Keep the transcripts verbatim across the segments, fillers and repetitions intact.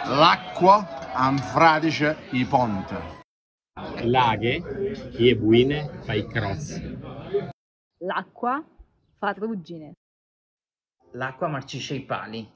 L'acqua am fradice i ponte. Laghe che buine fai cross. L'acqua fa ruggine. L'acqua marcisce i pali.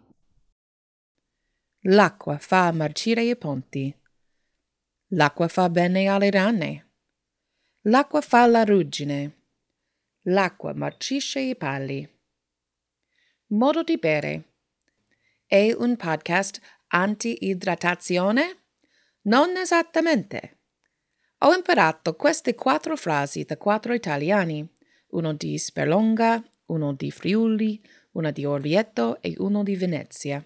L'acqua fa marcire i ponti. L'acqua fa bene alle rane. L'acqua fa la ruggine. L'acqua marcisce i pali. Modo di bere. È un podcast anti-idratazione? Non esattamente. Ho imparato queste quattro frasi da quattro italiani, uno di Sperlonga, uno di Friuli, una di Orvieto e uno di Venezia.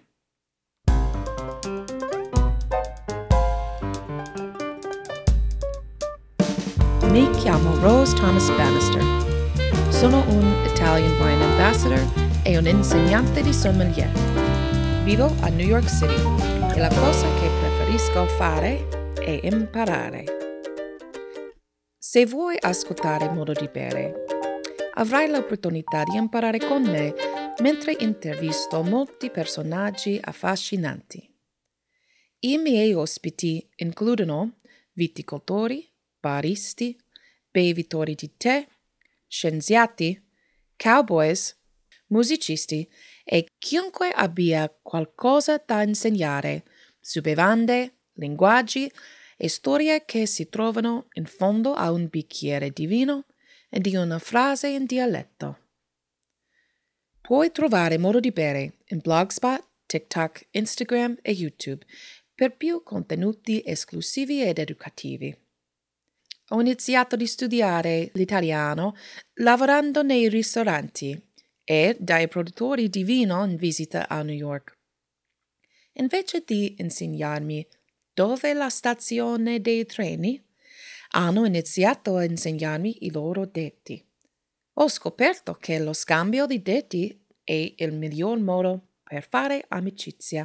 Mi chiamo Rose Thomas Bannister. Sono un Italian Wine Ambassador e un insegnante di sommelier. Vivo a New York City e la cosa che preferisco fare è imparare. Se vuoi ascoltare Modo di Bere, avrai l'opportunità di imparare con me mentre intervisto molti personaggi affascinanti. I miei ospiti includono viticoltori, baristi, bevitori di tè, scienziati, cowboys, musicisti e chiunque abbia qualcosa da insegnare su bevande, linguaggi e storie che si trovano in fondo a un bicchiere di vino e di una frase in dialetto. Puoi trovare Modo di Bere in Blogspot, TikTok, Instagram e YouTube per più contenuti esclusivi ed educativi. Ho iniziato a studiare l'italiano lavorando nei ristoranti e dai produttori di vino in visita a New York. Invece di insegnarmi dove la stazione dei treni, hanno iniziato a insegnarmi i loro detti. Ho scoperto che lo scambio di detti è il miglior modo per fare amicizia.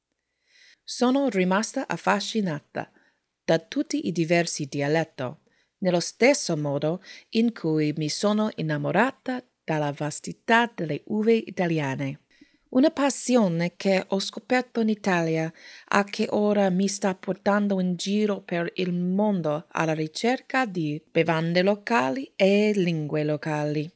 Sono rimasta affascinata da tutti i diversi dialetti, nello stesso modo in cui mi sono innamorata dalla vastità delle uve italiane. Una passione che ho scoperto in Italia e che ora mi sta portando in giro per il mondo alla ricerca di bevande locali e lingue locali.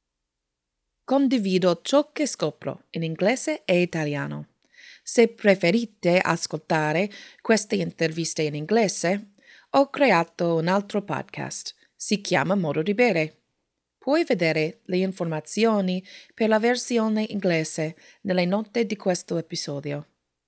Condivido ciò che scopro in inglese e italiano. Se preferite ascoltare queste interviste in inglese, ho creato un altro podcast. Si chiama Modo di Bere. Puoi vedere le informazioni per la versione inglese nelle note di questo episodio.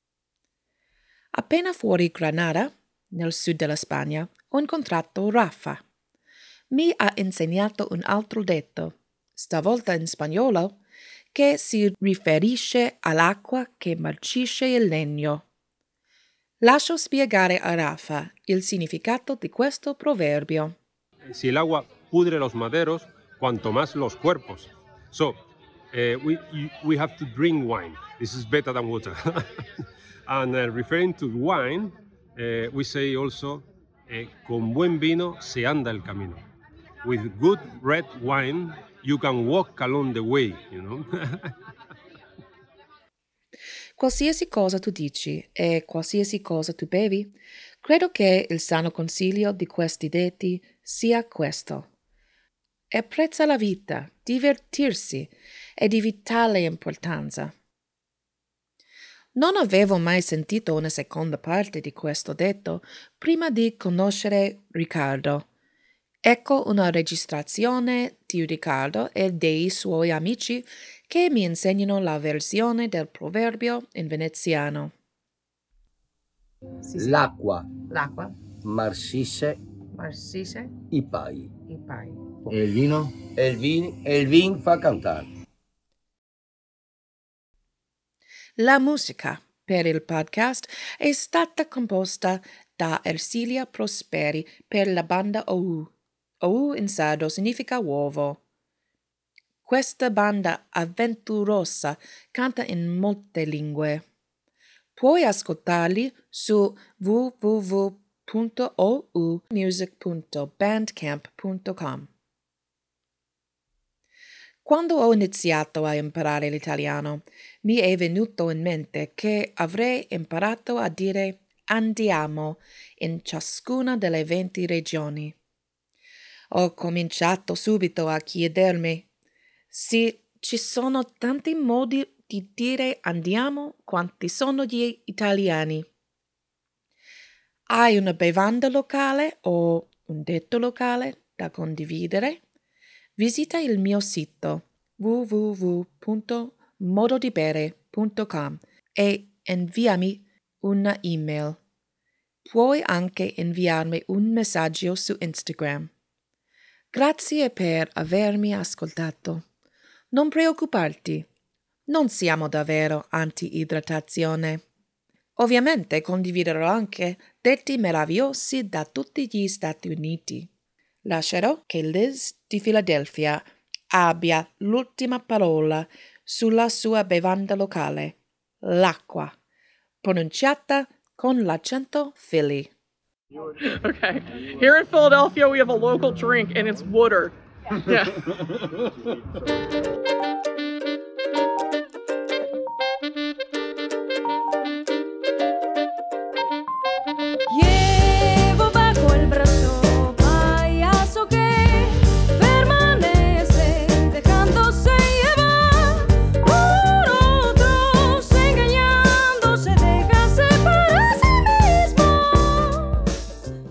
Appena fuori Granada, nel sud della Spagna, ho incontrato Rafa. Mi ha insegnato un altro detto, stavolta in spagnolo, che si riferisce all'acqua che marcisce il legno. Lascio spiegare a Rafa il significato di questo proverbio. Si el agua pudre los maderos, cuanto más los cuerpos. So, uh, we we have to drink wine. This is better than water. And uh, referring to wine, uh, we say also, uh, con buen vino se anda el camino. With good red wine, you can walk along the way, you know. Qualsiasi cosa tu dici e qualsiasi cosa tu bevi, credo che il sano consiglio di questi detti sia questo. Apprezza la vita, divertirsi è di vitale importanza. Non avevo mai sentito una seconda parte di questo detto prima di conoscere Riccardo. Ecco una registrazione di Riccardo e dei suoi amici che mi insegnano la versione del proverbio in veneziano. Sì, sì. L'acqua L'acqua marcisce marcisce i pai. i pai. E il vino? E il vin, e il vin fa cantare. La musica per il podcast è stata composta da Ersilia Prosperi per la banda O U. O U in sardo significa uovo. Questa banda avventurosa canta in molte lingue. Puoi ascoltarli su w w w punto o u music punto bandcamp punto com. Quando ho iniziato a imparare l'italiano, mi è venuto in mente che avrei imparato a dire andiamo in ciascuna delle venti regioni. Ho cominciato subito a chiedermi se ci sono tanti modi di dire andiamo, quanti sono gli italiani. Hai una bevanda locale o un detto locale da condividere? Visita il mio sito w w w punto mododibere punto com e inviami una email. Puoi anche inviarmi un messaggio su Instagram. Grazie per avermi ascoltato. Non preoccuparti, non siamo davvero anti-idratazione. Ovviamente condividerò anche detti meravigliosi da tutti gli Stati Uniti. Lascerò che Liz di Philadelphia abbia l'ultima parola sulla sua bevanda locale, l'acqua, pronunciata con l'accento Philly. Okay. Here in Philadelphia, we have a local drink, and it's water. Yeah.